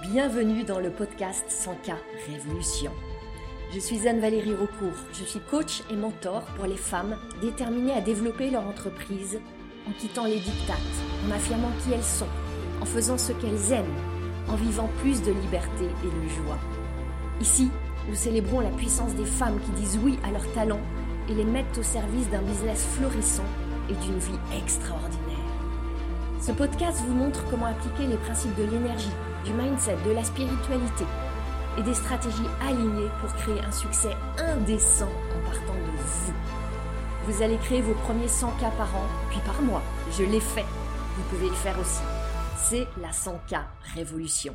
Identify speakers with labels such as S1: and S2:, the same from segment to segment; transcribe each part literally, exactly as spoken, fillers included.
S1: Bienvenue dans le podcast cent K Révolution. Je suis Anne-Valérie Raucourt, je suis coach et mentor pour les femmes déterminées à développer leur entreprise en quittant les diktats, en affirmant qui elles sont, en faisant ce qu'elles aiment, en vivant plus de liberté et de joie. Ici, nous célébrons la puissance des femmes qui disent oui à leurs talents et les mettent au service d'un business florissant et d'une vie extraordinaire. Ce podcast vous montre comment appliquer les principes de l'énergie, du mindset, de la spiritualité et des stratégies alignées pour créer un succès indécent en partant de vous. Vous allez créer vos premiers cent K par an, puis par mois. Je l'ai fait. Vous pouvez le faire aussi. C'est la cent K Révolution.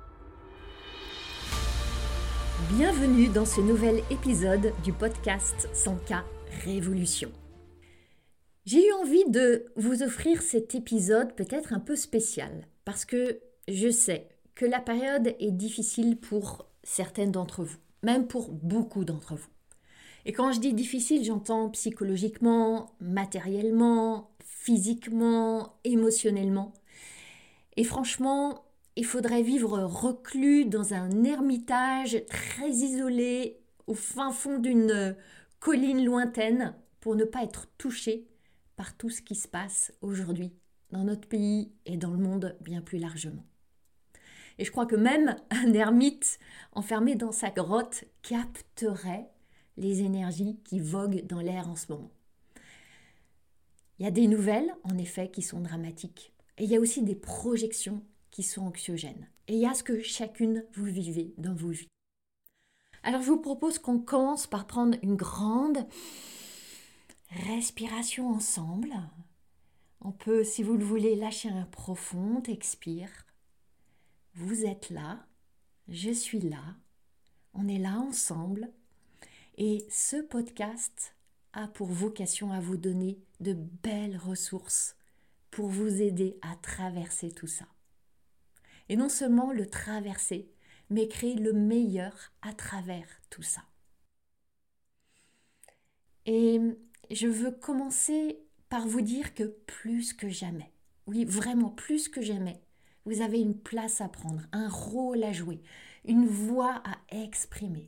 S1: Bienvenue dans ce nouvel épisode du podcast cent K Révolution. J'ai eu envie de vous offrir cet épisode peut-être un peu spécial parce que je sais que la période est difficile pour certaines d'entre vous, même pour beaucoup d'entre vous. Et quand je dis difficile, j'entends psychologiquement, matériellement, physiquement, émotionnellement. Et franchement, il faudrait vivre reclus dans un ermitage très isolé au fin fond d'une colline lointaine pour ne pas être touché par tout ce qui se passe aujourd'hui dans notre pays et dans le monde bien plus largement. Et je crois que même un ermite enfermé dans sa grotte capterait les énergies qui voguent dans l'air en ce moment. Il y a des nouvelles, en effet, qui sont dramatiques. Et il y a aussi des projections qui sont anxiogènes. Et il y a ce que chacune vous vivez dans vos vies. Alors je vous propose qu'on commence par prendre une grande respiration ensemble. On peut, si vous le voulez, lâcher un profond expire. Vous êtes là, je suis là, on est là ensemble. Et ce podcast a pour vocation à vous donner de belles ressources pour vous aider à traverser tout ça. Et non seulement le traverser, mais créer le meilleur à travers tout ça. Et je veux commencer par vous dire que plus que jamais, oui, vraiment plus que jamais, vous avez une place à prendre, un rôle à jouer, une voix à exprimer.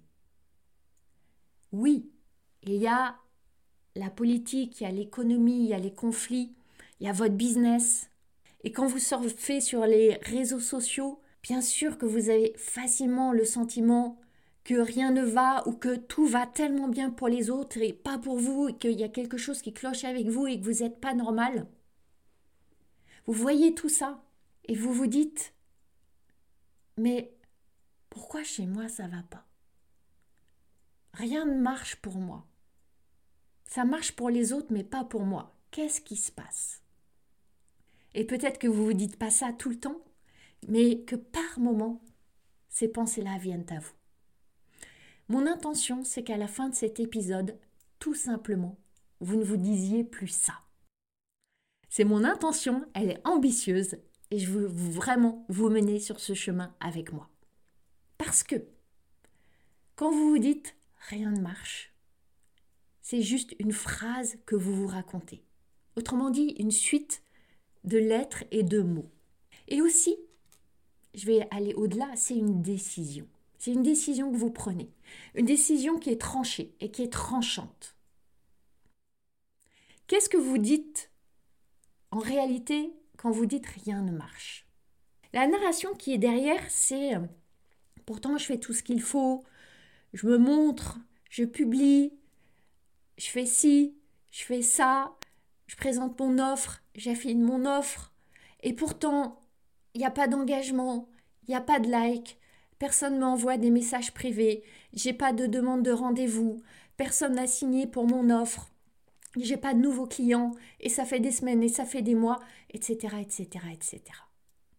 S1: Oui, il y a la politique, il y a l'économie, il y a les conflits, il y a votre business. Et quand vous surfez sur les réseaux sociaux, bien sûr que vous avez facilement le sentiment que rien ne va ou que tout va tellement bien pour les autres et pas pour vous, et qu'il y a quelque chose qui cloche avec vous et que vous n'êtes pas normal. Vous voyez tout ça et vous vous dites « Mais pourquoi chez moi ça ne va pas ? Rien ne marche pour moi. Ça marche pour les autres mais pas pour moi. Qu'est-ce qui se passe ?» Et peut-être que vous ne vous dites pas ça tout le temps, mais que par moment, ces pensées-là viennent à vous. Mon intention, c'est qu'à la fin de cet épisode, tout simplement, vous ne vous disiez plus ça. C'est mon intention, elle est ambitieuse et je veux vraiment vous mener sur ce chemin avec moi. Parce que quand vous vous dites « rien ne marche », c'est juste une phrase que vous vous racontez. Autrement dit, une suite de lettres et de mots. Et aussi, je vais aller au-delà, c'est une décision. C'est une décision que vous prenez. Une décision qui est tranchée et qui est tranchante. Qu'est-ce que vous dites en réalité quand vous dites « rien ne marche » ? La narration qui est derrière, c'est « pourtant je fais tout ce qu'il faut, je me montre, je publie, je fais ci, je fais ça, je présente mon offre, j'affine mon offre, et pourtant, il n'y a pas d'engagement, il n'y a pas de like, personne ne m'envoie des messages privés, j'ai pas de demande de rendez-vous, personne n'a signé pour mon offre, j'ai pas de nouveaux clients, et ça fait des semaines, et ça fait des mois, et cetera, et cetera, et cetera.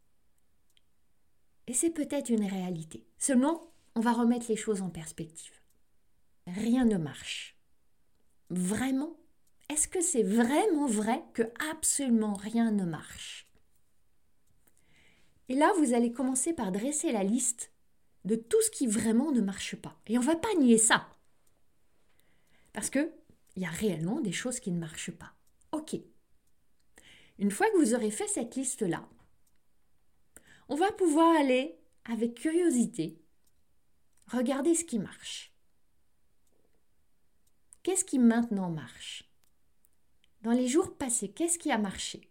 S1: Et c'est peut-être une réalité. Seulement, on va remettre les choses en perspective. Rien ne marche. Vraiment ? Est-ce que c'est vraiment vrai que absolument rien ne marche ? Et là, vous allez commencer par dresser la liste de tout ce qui vraiment ne marche pas. Et on ne va pas nier ça. Parce qu'il y a réellement des choses qui ne marchent pas. Ok. Une fois que vous aurez fait cette liste-là, on va pouvoir aller avec curiosité, regardez ce qui marche. Qu'est-ce qui maintenant marche? Dans les jours passés, qu'est-ce qui a marché?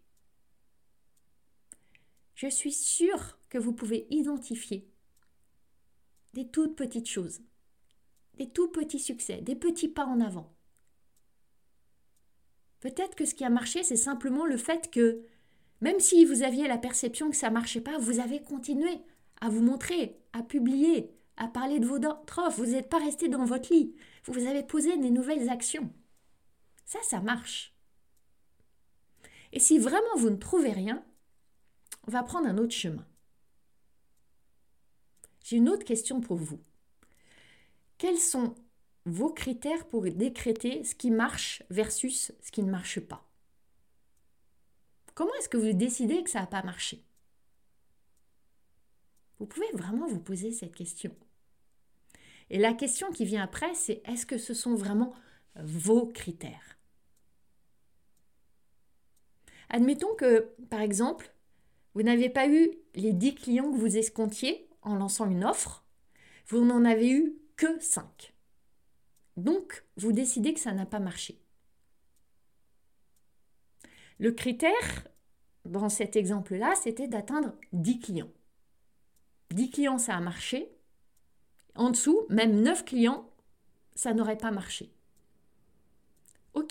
S1: Je suis sûre que vous pouvez identifier des toutes petites choses, des tout petits succès, des petits pas en avant. Peut-être que ce qui a marché, c'est simplement le fait que, même si vous aviez la perception que ça ne marchait pas, vous avez continué à vous montrer, à publier, à parler de votre offre. Vous n'êtes pas resté dans votre lit. Vous avez posé des nouvelles actions. Ça, ça marche. Et si vraiment vous ne trouvez rien, on va prendre un autre chemin. J'ai une autre question pour vous. Quels sont vos critères pour décréter ce qui marche versus ce qui ne marche pas? Comment est-ce que vous décidez que ça n'a pas marché? Vous pouvez vraiment vous poser cette question. Et la question qui vient après, c'est est-ce que ce sont vraiment vos critères? Admettons que, par exemple, vous n'avez pas eu les dix clients que vous escomptiez en lançant une offre, vous n'en avez eu que cinq. Donc, vous décidez que ça n'a pas marché. Le critère, dans cet exemple-là, c'était d'atteindre dix clients. dix clients, ça a marché. En dessous, même neuf clients, ça n'aurait pas marché. Ok.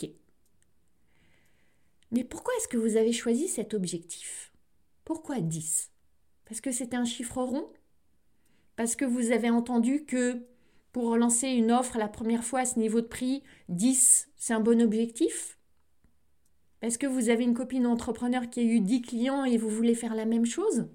S1: Mais pourquoi est-ce que vous avez choisi cet objectif? Pourquoi dix? Parce que c'était un chiffre rond? Parce que vous avez entendu que pour lancer une offre la première fois à ce niveau de prix, dix, c'est un bon objectif? Parce que vous avez une copine entrepreneur qui a eu dix clients et vous voulez faire la même chose?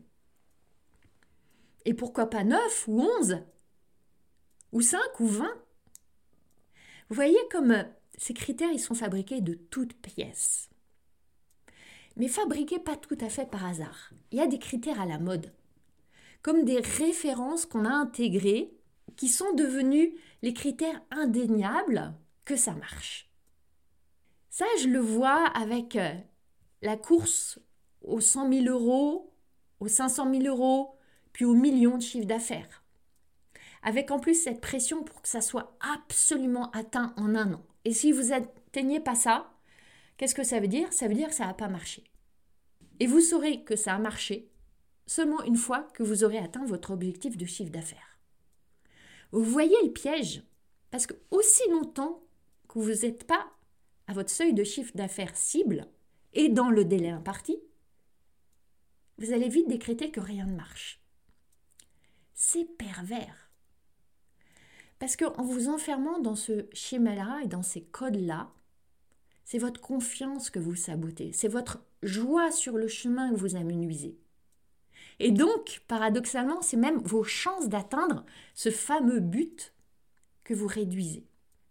S1: Et pourquoi pas neuf ou onze? Ou cinq ou vingt? Vous voyez comme ces critères, ils sont fabriqués de toutes pièces. Mais fabriqués pas tout à fait par hasard. Il y a des critères à la mode, comme des références qu'on a intégrées, qui sont devenus les critères indéniables que ça marche. Ça, je le vois avec la course aux cent mille euros, aux cinq cent mille euros, puis aux millions de chiffre d'affaires. Avec en plus cette pression pour que ça soit absolument atteint en un an. Et si vous n'atteignez pas ça, qu'est-ce que ça veut dire? Ça veut dire que ça n'a pas marché. Et vous saurez que ça a marché seulement une fois que vous aurez atteint votre objectif de chiffre d'affaires. Vous voyez le piège? Parce que aussi longtemps que vous n'êtes pas à votre seuil de chiffre d'affaires cible et dans le délai imparti, vous allez vite décréter que rien ne marche. C'est pervers. Parce qu'en vous enfermant dans ce schéma-là et dans ces codes-là, c'est votre confiance que vous sabotez, c'est votre joie sur le chemin que vous amenuisez. Et donc, paradoxalement, c'est même vos chances d'atteindre ce fameux but que vous réduisez.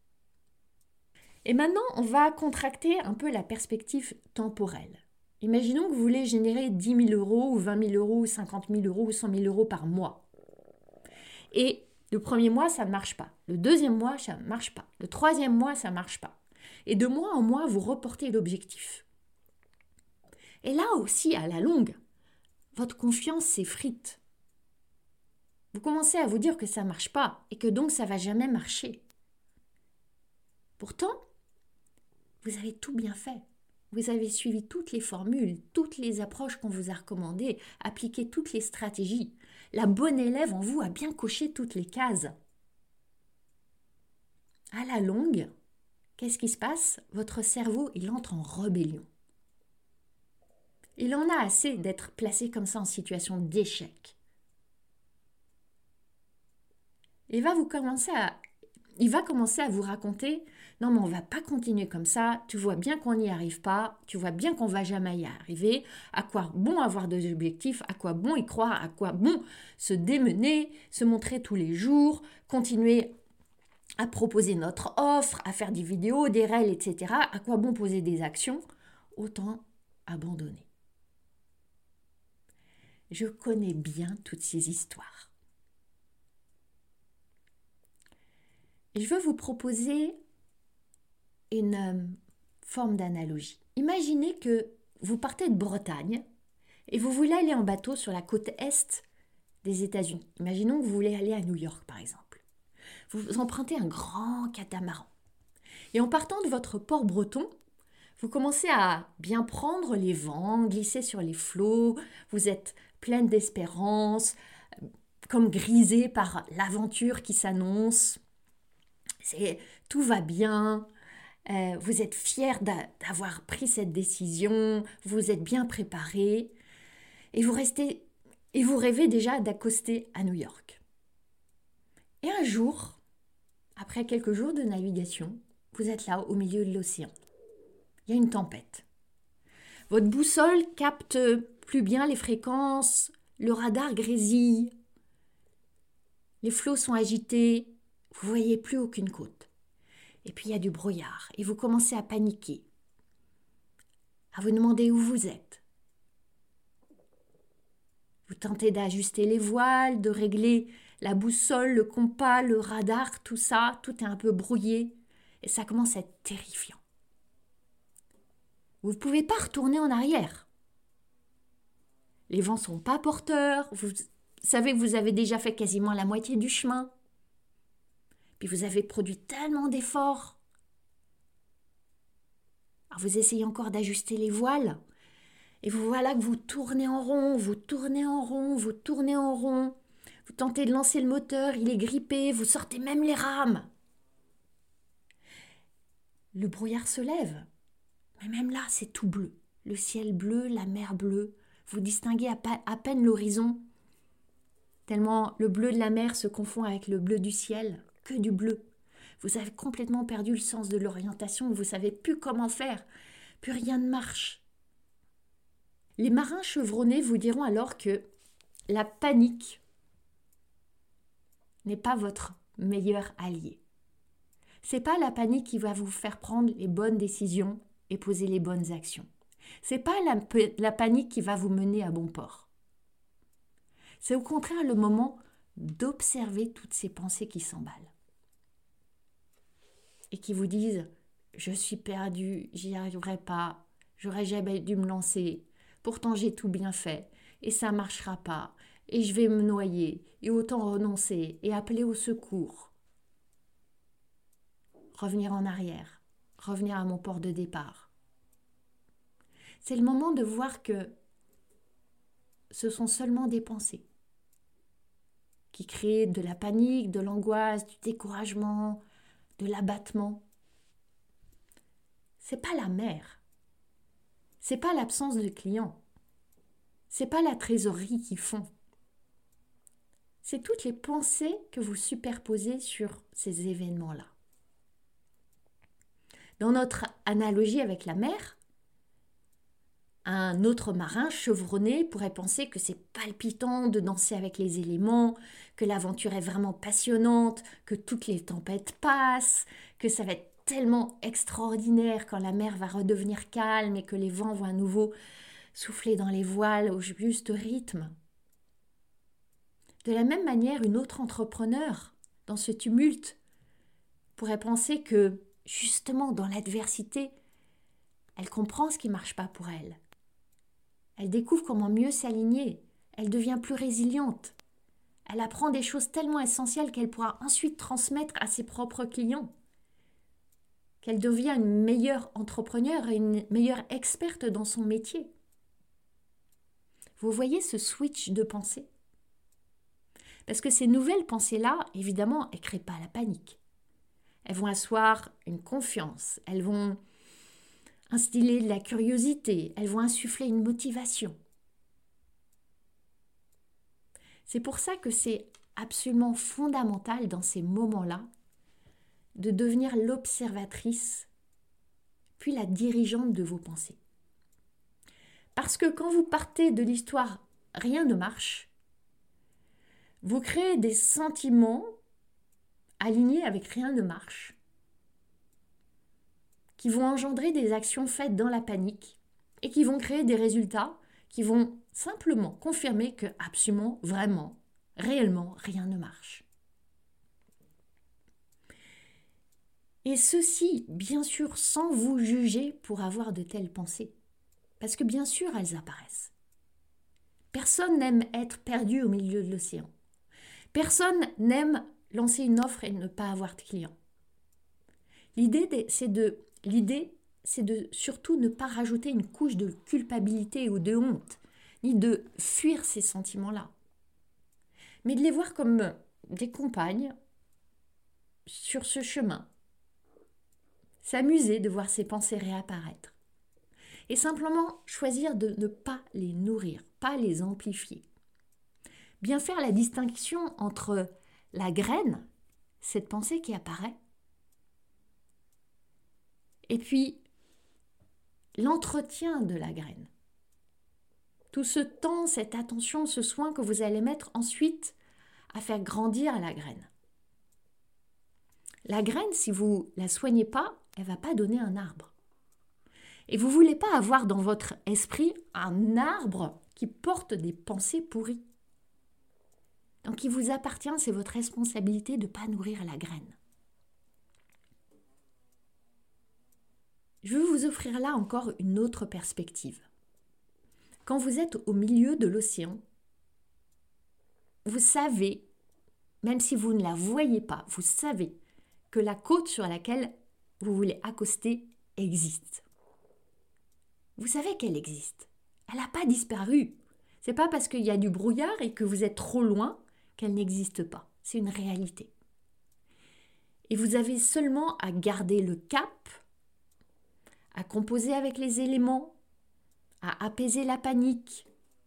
S1: Et maintenant, on va contracter un peu la perspective temporelle. Imaginons que vous voulez générer dix mille euros, ou vingt mille euros, ou cinquante mille euros, ou cent mille euros par mois. Et le premier mois, ça ne marche pas. Le deuxième mois, ça ne marche pas. Le troisième mois, ça ne marche pas. Et de mois en mois, vous reportez l'objectif. Et là aussi, à la longue, votre confiance s'effrite. Vous commencez à vous dire que ça ne marche pas et que donc ça ne va jamais marcher. Pourtant, vous avez tout bien fait. Vous avez suivi toutes les formules, toutes les approches qu'on vous a recommandées, appliqué toutes les stratégies. La bonne élève en vous a bien coché toutes les cases. À la longue, qu'est-ce qui se passe? Votre cerveau, il entre en rébellion. Il en a assez d'être placé comme ça en situation d'échec. Il va vous commencer à, il va commencer à vous raconter « Non, mais on ne va pas continuer comme ça, tu vois bien qu'on n'y arrive pas, tu vois bien qu'on ne va jamais y arriver, à quoi bon avoir des objectifs, à quoi bon y croire, à quoi bon se démener, se montrer tous les jours, continuer à proposer notre offre, à faire des vidéos, des réels, et cetera. À quoi bon poser des actions? Autant abandonner. » Je connais bien toutes ces histoires. Et je veux vous proposer une euh, forme d'analogie. Imaginez que vous partez de Bretagne et vous voulez aller en bateau sur la côte est des États-Unis. Imaginons que vous voulez aller à New York, par exemple. Vous empruntez un grand catamaran. Et en partant de votre port breton, vous commencez à bien prendre les vents, glisser sur les flots, vous êtes pleine d'espérance, comme grisée par l'aventure qui s'annonce. C'est, tout va bien, euh, vous êtes fière d'a- d'avoir pris cette décision, vous êtes bien préparée et vous restez et vous rêvez déjà d'accoster à New York. Et un jour, après quelques jours de navigation, vous êtes là au milieu de l'océan. Il y a une tempête. Votre boussole capte plus bien les fréquences, le radar grésille, les flots sont agités, vous ne voyez plus aucune côte. Et puis il y a du brouillard et vous commencez à paniquer, à vous demander où vous êtes. Vous tentez d'ajuster les voiles, de régler la boussole, le compas, le radar, tout ça, tout est un peu brouillé et ça commence à être terrifiant. Vous ne pouvez pas retourner en arrière. Les vents ne sont pas porteurs, vous savez que vous avez déjà fait quasiment la moitié du chemin. Puis vous avez produit tellement d'efforts. Alors vous essayez encore d'ajuster les voiles. Et vous voilà que vous tournez en rond, vous tournez en rond, vous tournez en rond. Vous tentez de lancer le moteur, il est grippé, vous sortez même les rames. Le brouillard se lève. Mais même là, c'est tout bleu. Le ciel bleu, la mer bleue. Vous distinguez à, pa- à peine l'horizon. Tellement le bleu de la mer se confond avec le bleu du ciel. Que du bleu. Vous avez complètement perdu le sens de l'orientation. Vous ne savez plus comment faire. Plus rien ne marche. Les marins chevronnés vous diront alors que la panique n'est pas votre meilleur allié. C'est pas la panique qui va vous faire prendre les bonnes décisions et poser les bonnes actions. C'est pas la, la panique qui va vous mener à bon port. C'est au contraire le moment d'observer toutes ces pensées qui s'emballent et qui vous disent « je suis perdue, j'y arriverai pas, j'aurais jamais dû me lancer, pourtant j'ai tout bien fait et ça marchera pas et je vais me noyer et autant renoncer et appeler au secours. » Revenir en arrière, revenir à mon port de départ. C'est le moment de voir que ce sont seulement des pensées qui créent de la panique, de l'angoisse, du découragement, de l'abattement. C'est pas la mer, c'est pas l'absence de clients, c'est pas la trésorerie qui fond. C'est toutes les pensées que vous superposez sur ces événements-là. Dans notre analogie avec la mer, un autre marin chevronné pourrait penser que c'est palpitant de danser avec les éléments, que l'aventure est vraiment passionnante, que toutes les tempêtes passent, que ça va être tellement extraordinaire quand la mer va redevenir calme et que les vents vont à nouveau souffler dans les voiles au juste rythme. De la même manière, une autre entrepreneur, dans ce tumulte, pourrait penser que, justement, dans l'adversité, elle comprend ce qui ne marche pas pour elle. Elle découvre comment mieux s'aligner, elle devient plus résiliente. Elle apprend des choses tellement essentielles qu'elle pourra ensuite transmettre à ses propres clients. Qu'elle devient une meilleure entrepreneure et une meilleure experte dans son métier. Vous voyez ce switch de pensée ? Parce que ces nouvelles pensées-là, évidemment, elles ne créent pas la panique. Elles vont asseoir une confiance, elles vont instiller de la curiosité, elles vont insuffler une motivation. C'est pour ça que c'est absolument fondamental dans ces moments-là de devenir l'observatrice puis la dirigeante de vos pensées. Parce que quand vous partez de l'histoire « rien ne marche », vous créez des sentiments alignés avec « rien ne marche » qui vont engendrer des actions faites dans la panique et qui vont créer des résultats qui vont simplement confirmer que absolument, vraiment, réellement, rien ne marche. Et ceci, bien sûr, sans vous juger pour avoir de telles pensées. Parce que bien sûr, elles apparaissent. Personne n'aime être perdu au milieu de l'océan. Personne n'aime lancer une offre et ne pas avoir de clients. L'idée, c'est de, l'idée, c'est de surtout ne pas rajouter une couche de culpabilité ou de honte, ni de fuir ces sentiments-là, mais de les voir comme des compagnes sur ce chemin. S'amuser de voir ces pensées réapparaître. Et simplement choisir de ne pas les nourrir, pas les amplifier. Bien faire la distinction entre la graine, cette pensée qui apparaît, et puis l'entretien de la graine. Tout ce temps, cette attention, ce soin que vous allez mettre ensuite à faire grandir la graine. La graine, si vous ne la soignez pas, elle ne va pas donner un arbre. Et vous ne voulez pas avoir dans votre esprit un arbre qui porte des pensées pourries. Donc il vous appartient, c'est votre responsabilité de ne pas nourrir la graine. Je veux vous offrir là encore une autre perspective. Quand vous êtes au milieu de l'océan, vous savez, même si vous ne la voyez pas, vous savez que la côte sur laquelle vous voulez accoster existe. Vous savez qu'elle existe. Elle n'a pas disparu. C'est pas parce qu'il y a du brouillard et que vous êtes trop loin qu'elle n'existe pas. C'est une réalité. Et vous avez seulement à garder le cap, à composer avec les éléments, à apaiser la panique.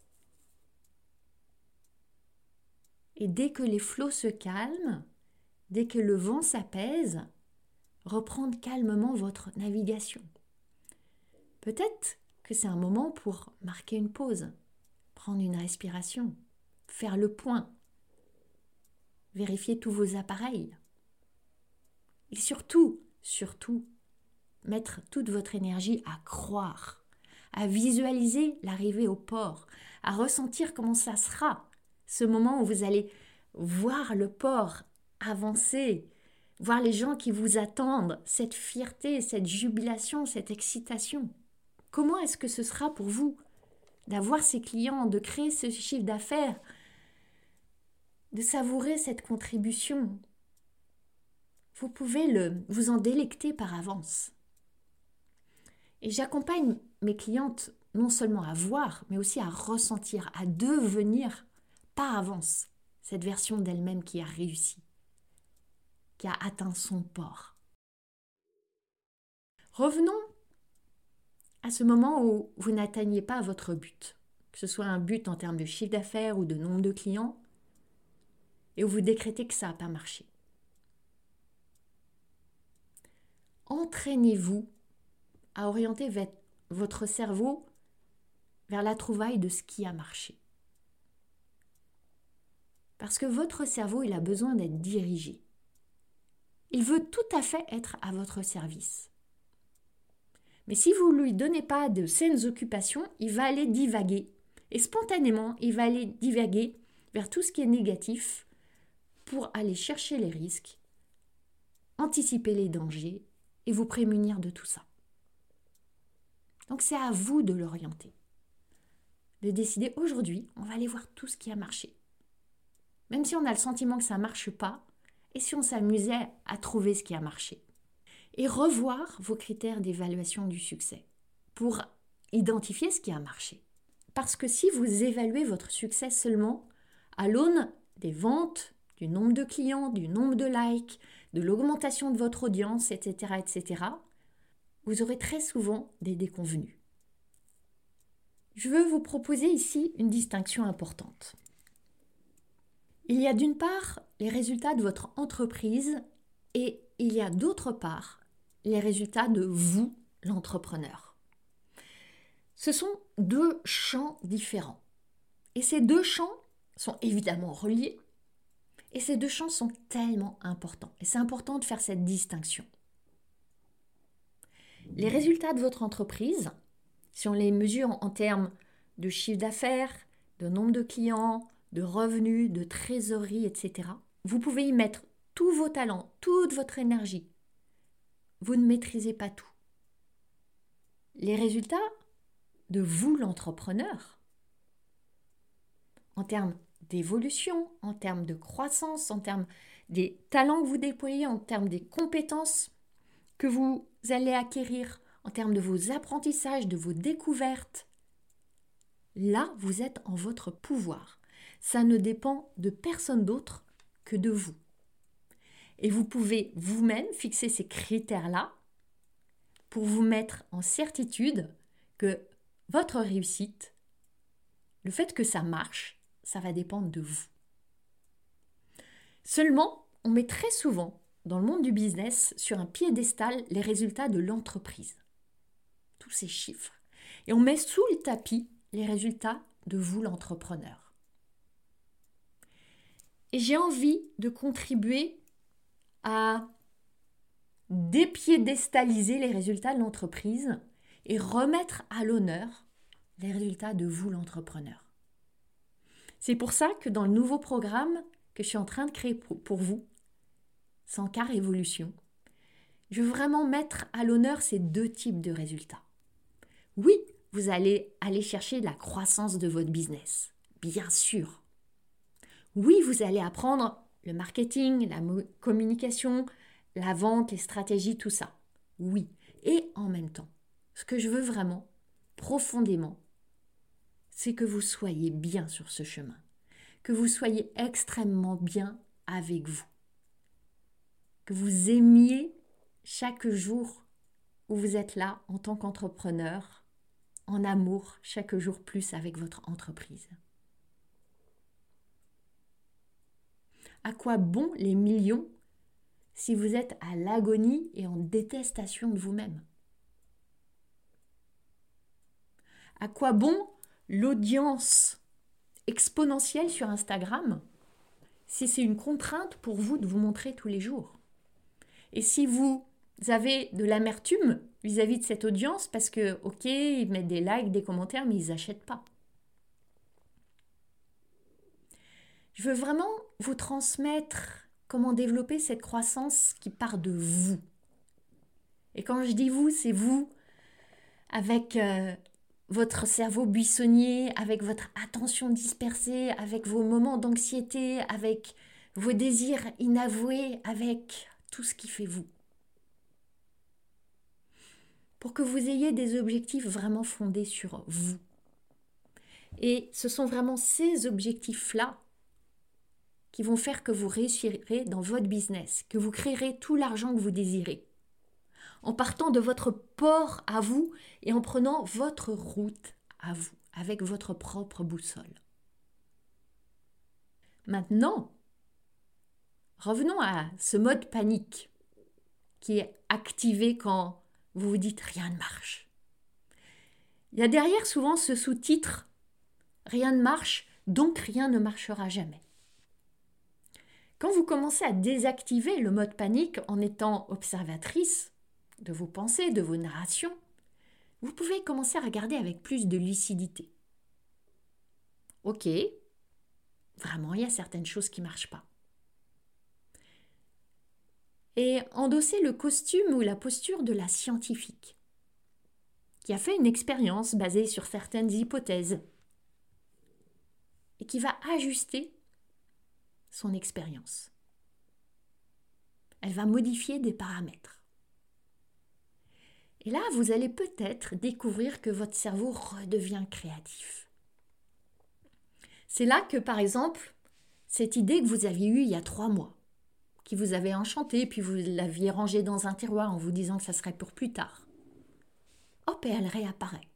S1: Et dès que les flots se calment, dès que le vent s'apaise, reprendre calmement votre navigation. Peut-être que c'est un moment pour marquer une pause, prendre une respiration, faire le point, vérifier tous vos appareils. Et surtout, surtout, mettre toute votre énergie à croire, à visualiser l'arrivée au port, à ressentir comment ça sera, ce moment où vous allez voir le port avancer, voir les gens qui vous attendent, cette fierté, cette jubilation, cette excitation. Comment est-ce que ce sera pour vous d'avoir ces clients, de créer ce chiffre d'affaires, de savourer cette contribution? Vous pouvez le, vous en délecter par avance. Et j'accompagne mes clientes non seulement à voir, mais aussi à ressentir, à devenir par avance cette version d'elle-même qui a réussi, qui a atteint son port. Revenons à ce moment où vous n'atteignez pas votre but, que ce soit un but en termes de chiffre d'affaires ou de nombre de clients, et où vous décrétez que ça n'a pas marché. Entraînez-vous à orienter votre cerveau vers la trouvaille de ce qui a marché. Parce que votre cerveau, il a besoin d'être dirigé. Il veut tout à fait être à votre service. Mais si vous ne lui donnez pas de saines occupations, il va aller divaguer. Et spontanément, il va aller divaguer vers tout ce qui est négatif pour aller chercher les risques, anticiper les dangers et vous prémunir de tout ça. Donc c'est à vous de l'orienter. De décider aujourd'hui, on va aller voir tout ce qui a marché. Même si on a le sentiment que ça ne marche pas, et si on s'amusait à trouver ce qui a marché. Et revoir vos critères d'évaluation du succès pour identifier ce qui a marché. Parce que si vous évaluez votre succès seulement à l'aune des ventes, du nombre de clients, du nombre de likes, de l'augmentation de votre audience, et cetera, et cetera, vous aurez très souvent des déconvenues. Je veux vous proposer ici une distinction importante. Il y a d'une part les résultats de votre entreprise et il y a d'autre part les résultats de vous, l'entrepreneur. Ce sont deux champs différents. Et ces deux champs sont évidemment reliés. Et ces deux champs sont tellement importants. Et c'est important de faire cette distinction. Les résultats de votre entreprise, si on les mesure en termes de chiffre d'affaires, de nombre de clients, de revenus, de trésorerie, et cetera, vous pouvez y mettre tous vos talents, toute votre énergie. Vous ne maîtrisez pas tout. Les résultats de vous, l'entrepreneur, en termes d'évolution, en termes de croissance, en termes des talents que vous déployez, en termes des compétences que vous allez acquérir, en termes de vos apprentissages, de vos découvertes. Là, vous êtes en votre pouvoir. Ça ne dépend de personne d'autre que de vous. Et vous pouvez vous-même fixer ces critères-là pour vous mettre en certitude que votre réussite, le fait que ça marche, ça va dépendre de vous. Seulement, on met très souvent, dans le monde du business, sur un piédestal les résultats de l'entreprise. Tous ces chiffres. Et on met sous le tapis les résultats de vous, l'entrepreneur. Et j'ai envie de contribuer à dépiédestaliser les résultats de l'entreprise et remettre à l'honneur les résultats de vous, l'entrepreneur. C'est pour ça que dans le nouveau programme que je suis en train de créer pour vous, cent K Révolution, je veux vraiment mettre à l'honneur ces deux types de résultats. Oui, vous allez aller chercher de la croissance de votre business, bien sûr. Oui, vous allez apprendre le marketing, la communication, la vente, les stratégies, tout ça. Oui, et en même temps, ce que je veux vraiment, profondément, c'est que vous soyez bien sur ce chemin, que vous soyez extrêmement bien avec vous, que vous aimiez chaque jour où vous êtes là en tant qu'entrepreneur, en amour chaque jour plus avec votre entreprise. À quoi bon les millions si vous êtes à l'agonie et en détestation de vous-même? À quoi bon l'audience exponentielle sur Instagram si c'est une contrainte pour vous de vous montrer tous les jours? Et si vous avez de l'amertume vis-à-vis de cette audience parce que, ok, ils mettent des likes, des commentaires, mais ils n'achètent pas. Je veux vraiment vous transmettre comment développer cette croissance qui part de vous. Et quand je dis vous, c'est vous avec euh, votre cerveau buissonnier, avec votre attention dispersée, avec vos moments d'anxiété, avec vos désirs inavoués, avec tout ce qui fait vous. Pour que vous ayez des objectifs vraiment fondés sur vous. Et ce sont vraiment ces objectifs-là qui vont faire que vous réussirez dans votre business, que vous créerez tout l'argent que vous désirez, en partant de votre port à vous et en prenant votre route à vous, avec votre propre boussole. Maintenant, revenons à ce mode panique qui est activé quand vous vous dites « rien ne marche ». Il y a derrière souvent ce sous-titre « rien ne marche, donc rien ne marchera jamais ». Quand vous commencez à désactiver le mode panique en étant observatrice de vos pensées, de vos narrations, vous pouvez commencer à regarder avec plus de lucidité. Ok, vraiment, il y a certaines choses qui ne marchent pas. Et endosser le costume ou la posture de la scientifique, qui a fait une expérience basée sur certaines hypothèses et qui va ajuster son expérience. Elle va modifier des paramètres. Et là, vous allez peut-être découvrir que votre cerveau redevient créatif. C'est là que, par exemple, cette idée que vous aviez eue il y a trois mois, qui vous avait enchanté, puis vous l'aviez rangée dans un tiroir en vous disant que ça serait pour plus tard, hop, et elle réapparaît.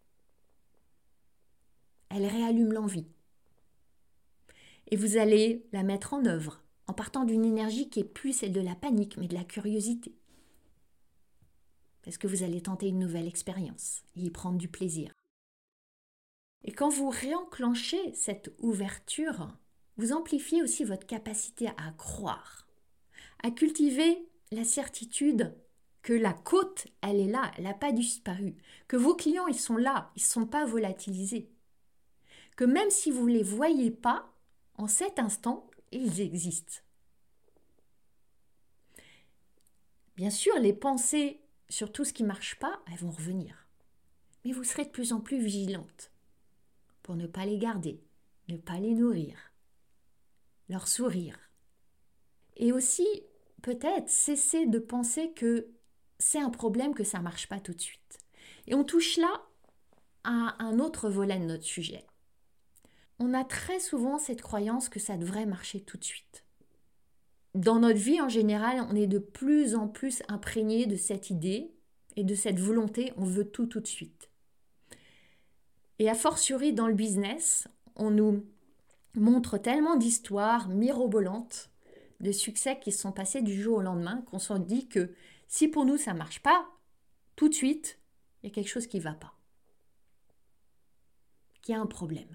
S1: Elle réallume l'envie. Et vous allez la mettre en œuvre, en partant d'une énergie qui est plus celle de la panique, mais de la curiosité. Parce que vous allez tenter une nouvelle expérience et y prendre du plaisir. Et quand vous réenclenchez cette ouverture, vous amplifiez aussi votre capacité à croire, à cultiver la certitude que la côte, elle est là, elle n'a pas disparu, que vos clients, ils sont là, ils ne sont pas volatilisés, que même si vous ne les voyez pas, en cet instant, ils existent. Bien sûr, les pensées sur tout ce qui ne marche pas, elles vont revenir. Mais vous serez de plus en plus vigilante pour ne pas les garder, ne pas les nourrir, leur sourire. Et aussi, peut-être, cesser de penser que c'est un problème, que ça ne marche pas tout de suite. Et on touche là à un autre volet de notre sujet. On a très souvent cette croyance que ça devrait marcher tout de suite. Dans notre vie en général, on est de plus en plus imprégné de cette idée et de cette volonté, on veut tout tout de suite. Et a fortiori dans le business, on nous montre tellement d'histoires mirobolantes, de succès qui se sont passés du jour au lendemain, qu'on se dit que si pour nous ça ne marche pas, tout de suite, il y a quelque chose qui ne va pas, qu'il y a un problème.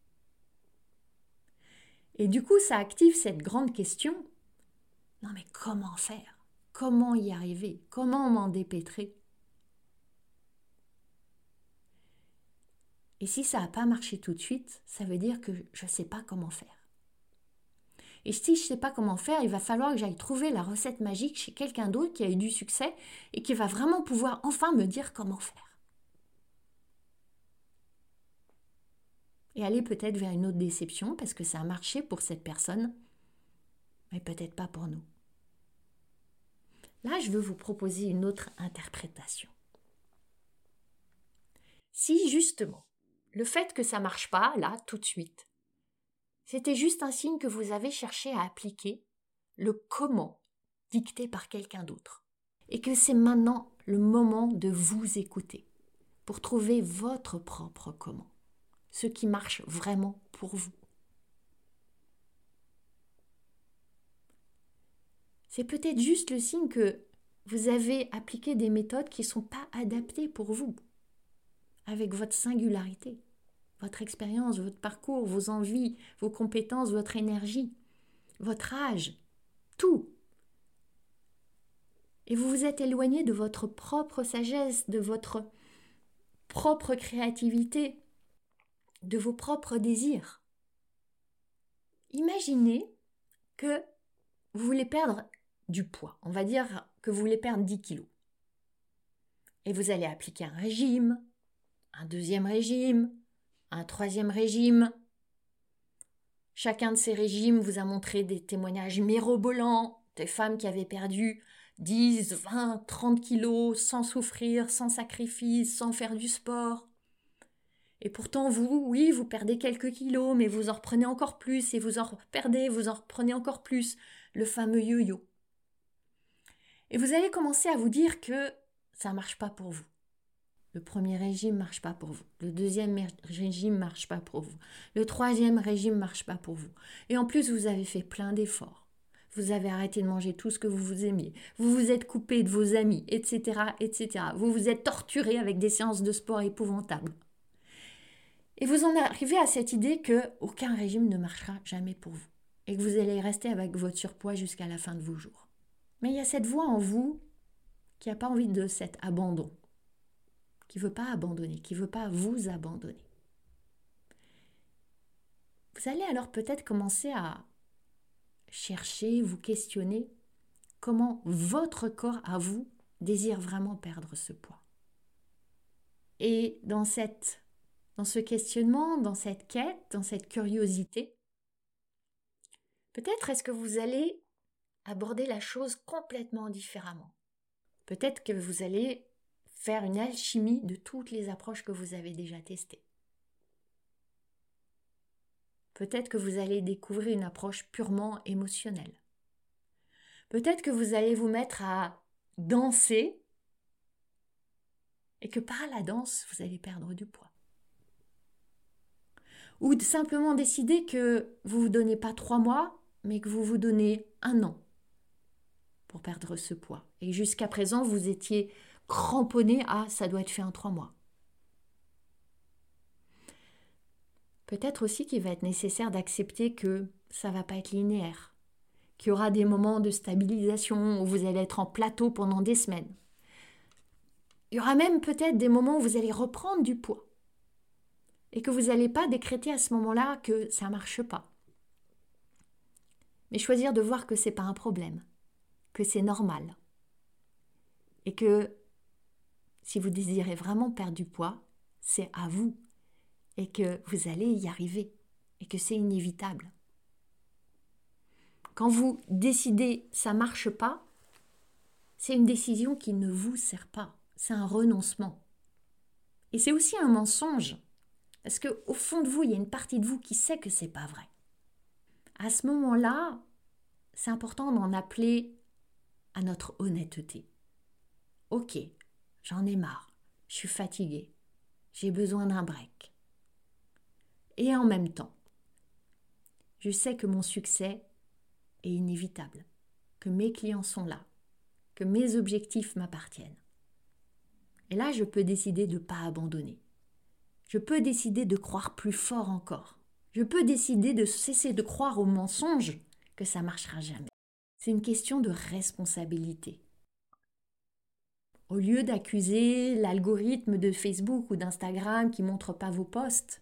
S1: Et du coup, ça active cette grande question. Non mais comment faire? Comment y arriver? Comment m'en dépêtrer? Et si ça n'a pas marché tout de suite, ça veut dire que je ne sais pas comment faire. Et si je ne sais pas comment faire, il va falloir que j'aille trouver la recette magique chez quelqu'un d'autre qui a eu du succès et qui va vraiment pouvoir enfin me dire comment faire. Et aller peut-être vers une autre déception parce que ça a marché pour cette personne, mais peut-être pas pour nous. Là, je veux vous proposer une autre interprétation. Si justement, le fait que ça ne marche pas, là, tout de suite, c'était juste un signe que vous avez cherché à appliquer le comment dicté par quelqu'un d'autre. Et que c'est maintenant le moment de vous écouter pour trouver votre propre comment, ce qui marche vraiment pour vous. C'est peut-être juste le signe que vous avez appliqué des méthodes qui ne sont pas adaptées pour vous, avec votre singularité, votre expérience, votre parcours, vos envies, vos compétences, votre énergie, votre âge, tout. Et vous vous êtes éloigné de votre propre sagesse, de votre propre créativité, de vos propres désirs. Imaginez que vous voulez perdre du poids. On va dire que vous voulez perdre dix kilos. Et vous allez appliquer un régime, un deuxième régime, un troisième régime. Chacun de ces régimes vous a montré des témoignages mirobolants, des femmes qui avaient perdu dix, vingt, trente kilos sans souffrir, sans sacrifice, sans faire du sport. Et pourtant, vous, oui, vous perdez quelques kilos, mais vous en reprenez encore plus, et vous en perdez, vous en reprenez encore plus, le fameux yo-yo. Et vous allez commencer à vous dire que ça ne marche pas pour vous. Le premier régime ne marche pas pour vous. Le deuxième régime ne marche pas pour vous. Le troisième régime ne marche pas pour vous. Et en plus, vous avez fait plein d'efforts. Vous avez arrêté de manger tout ce que vous vous aimiez. Vous vous êtes coupé de vos amis, et cetera, et cetera. Vous vous êtes torturé avec des séances de sport épouvantables. Et vous en arrivez à cette idée qu'aucun régime ne marchera jamais pour vous. Et que vous allez rester avec votre surpoids jusqu'à la fin de vos jours. Mais il y a cette voix en vous qui n'a pas envie de cet abandon. Qui ne veut pas abandonner, qui ne veut pas vous abandonner. Vous allez alors peut-être commencer à chercher, vous questionner comment votre corps à vous désire vraiment perdre ce poids. Et dans, cette, dans ce questionnement, dans cette quête, dans cette curiosité, peut-être est-ce que vous allez aborder la chose complètement différemment. Peut-être que vous allez faire une alchimie de toutes les approches que vous avez déjà testées. Peut-être que vous allez découvrir une approche purement émotionnelle. Peut-être que vous allez vous mettre à danser et que par la danse, vous allez perdre du poids. Ou simplement décider que vous ne vous donnez pas trois mois, mais que vous vous donnez un an pour perdre ce poids. Et jusqu'à présent, vous étiez cramponné à « ça doit être fait en trois mois ». Peut-être aussi qu'il va être nécessaire d'accepter que ça ne va pas être linéaire, qu'il y aura des moments de stabilisation où vous allez être en plateau pendant des semaines. Il y aura même peut-être des moments où vous allez reprendre du poids et que vous n'allez pas décréter à ce moment-là que ça ne marche pas. Mais choisir de voir que ce n'est pas un problème, que c'est normal et que si vous désirez vraiment perdre du poids, c'est à vous et que vous allez y arriver. et que c'est inévitable. Quand vous décidez ça ne marche pas, c'est une décision qui ne vous sert pas. C'est un renoncement. Et c'est aussi un mensonge. Parce qu'au fond de vous, il y a une partie de vous qui sait que ce n'est pas vrai. À ce moment-là, c'est important d'en appeler à notre honnêteté. Ok, j'en ai marre, je suis fatiguée, j'ai besoin d'un break. Et en même temps, je sais que mon succès est inévitable, que mes clients sont là, que mes objectifs m'appartiennent. Et là, je peux décider de ne pas abandonner. Je peux décider de croire plus fort encore. Je peux décider de cesser de croire aux mensonges que ça ne marchera jamais. C'est une question de responsabilité. Au lieu d'accuser l'algorithme de Facebook ou d'Instagram qui ne montre pas vos posts,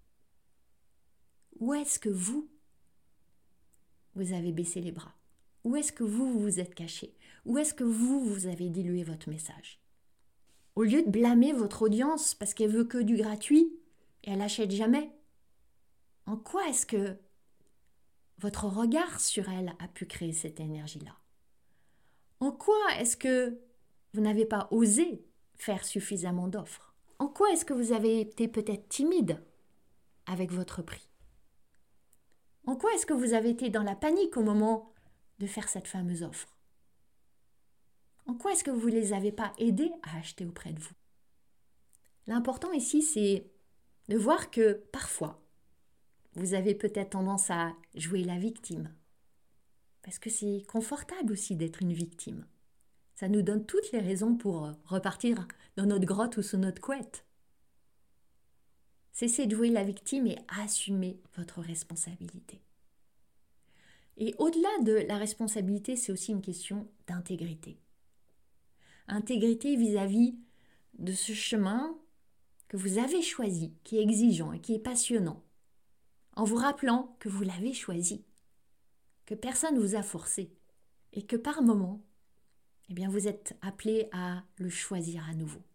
S1: où est-ce que vous, vous avez baissé les bras? Où est-ce que vous, vous vous êtes caché? Où est-ce que vous, vous avez dilué votre message? Au lieu de blâmer votre audience parce qu'elle veut que du gratuit et elle n'achète jamais, en quoi est-ce que votre regard sur elle a pu créer cette énergie-là? En quoi est-ce que vous n'avez pas osé faire suffisamment d'offres? En quoi est-ce que vous avez été peut-être timide avec votre prix? En quoi est-ce que vous avez été dans la panique au moment de faire cette fameuse offre? En quoi est-ce que vous ne les avez pas aidés à acheter auprès de vous? L'important ici, c'est de voir que parfois, vous avez peut-être tendance à jouer la victime. Parce que c'est confortable aussi d'être une victime. Ça nous donne toutes les raisons pour repartir dans notre grotte ou sous notre couette. Cessez de jouer la victime et assumez votre responsabilité. Et au-delà de la responsabilité, c'est aussi une question d'intégrité. Intégrité vis-à-vis de ce chemin que vous avez choisi, qui est exigeant et qui est passionnant, en vous rappelant que vous l'avez choisi, que personne ne vous a forcé et que par moment, eh bien, vous êtes appelé à le choisir à nouveau.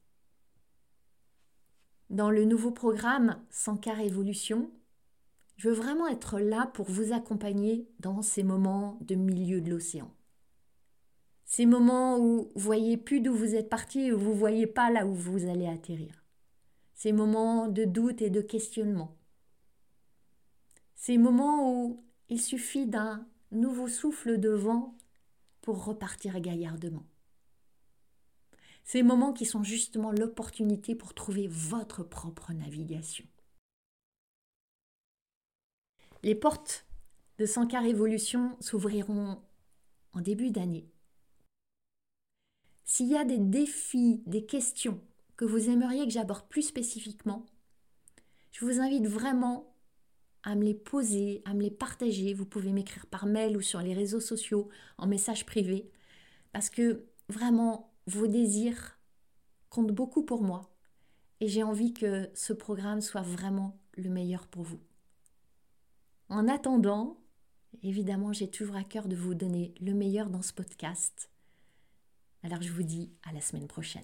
S1: Dans le nouveau programme cent K Révolution, je veux vraiment être là pour vous accompagner dans ces moments de milieu de l'océan. Ces moments où vous voyez plus d'où vous êtes parti et où vous ne voyez pas là où vous allez atterrir. Ces moments de doute et de questionnement. Ces moments où il suffit d'un nouveau souffle de vent pour repartir gaillardement. Ces moments qui sont justement l'opportunité pour trouver votre propre navigation. Les portes de cent K Révolution s'ouvriront en début d'année. S'il y a des défis, des questions que vous aimeriez que j'aborde plus spécifiquement, je vous invite vraiment à me les poser, à me les partager. Vous pouvez m'écrire par mail ou sur les réseaux sociaux, en message privé, parce que vraiment, vos désirs comptent beaucoup pour moi et j'ai envie que ce programme soit vraiment le meilleur pour vous. En attendant, évidemment, j'ai toujours à cœur de vous donner le meilleur dans ce podcast. Alors je vous dis à la semaine prochaine.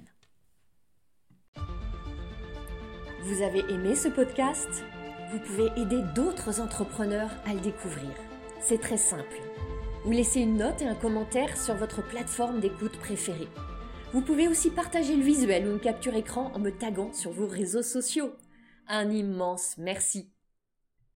S1: Vous avez aimé ce podcast? Vous pouvez aider d'autres entrepreneurs à le découvrir. C'est très simple. Vous laissez une note et un commentaire sur votre plateforme d'écoute préférée. Vous pouvez aussi partager le visuel ou une capture écran en me taguant sur vos réseaux sociaux. Un immense merci.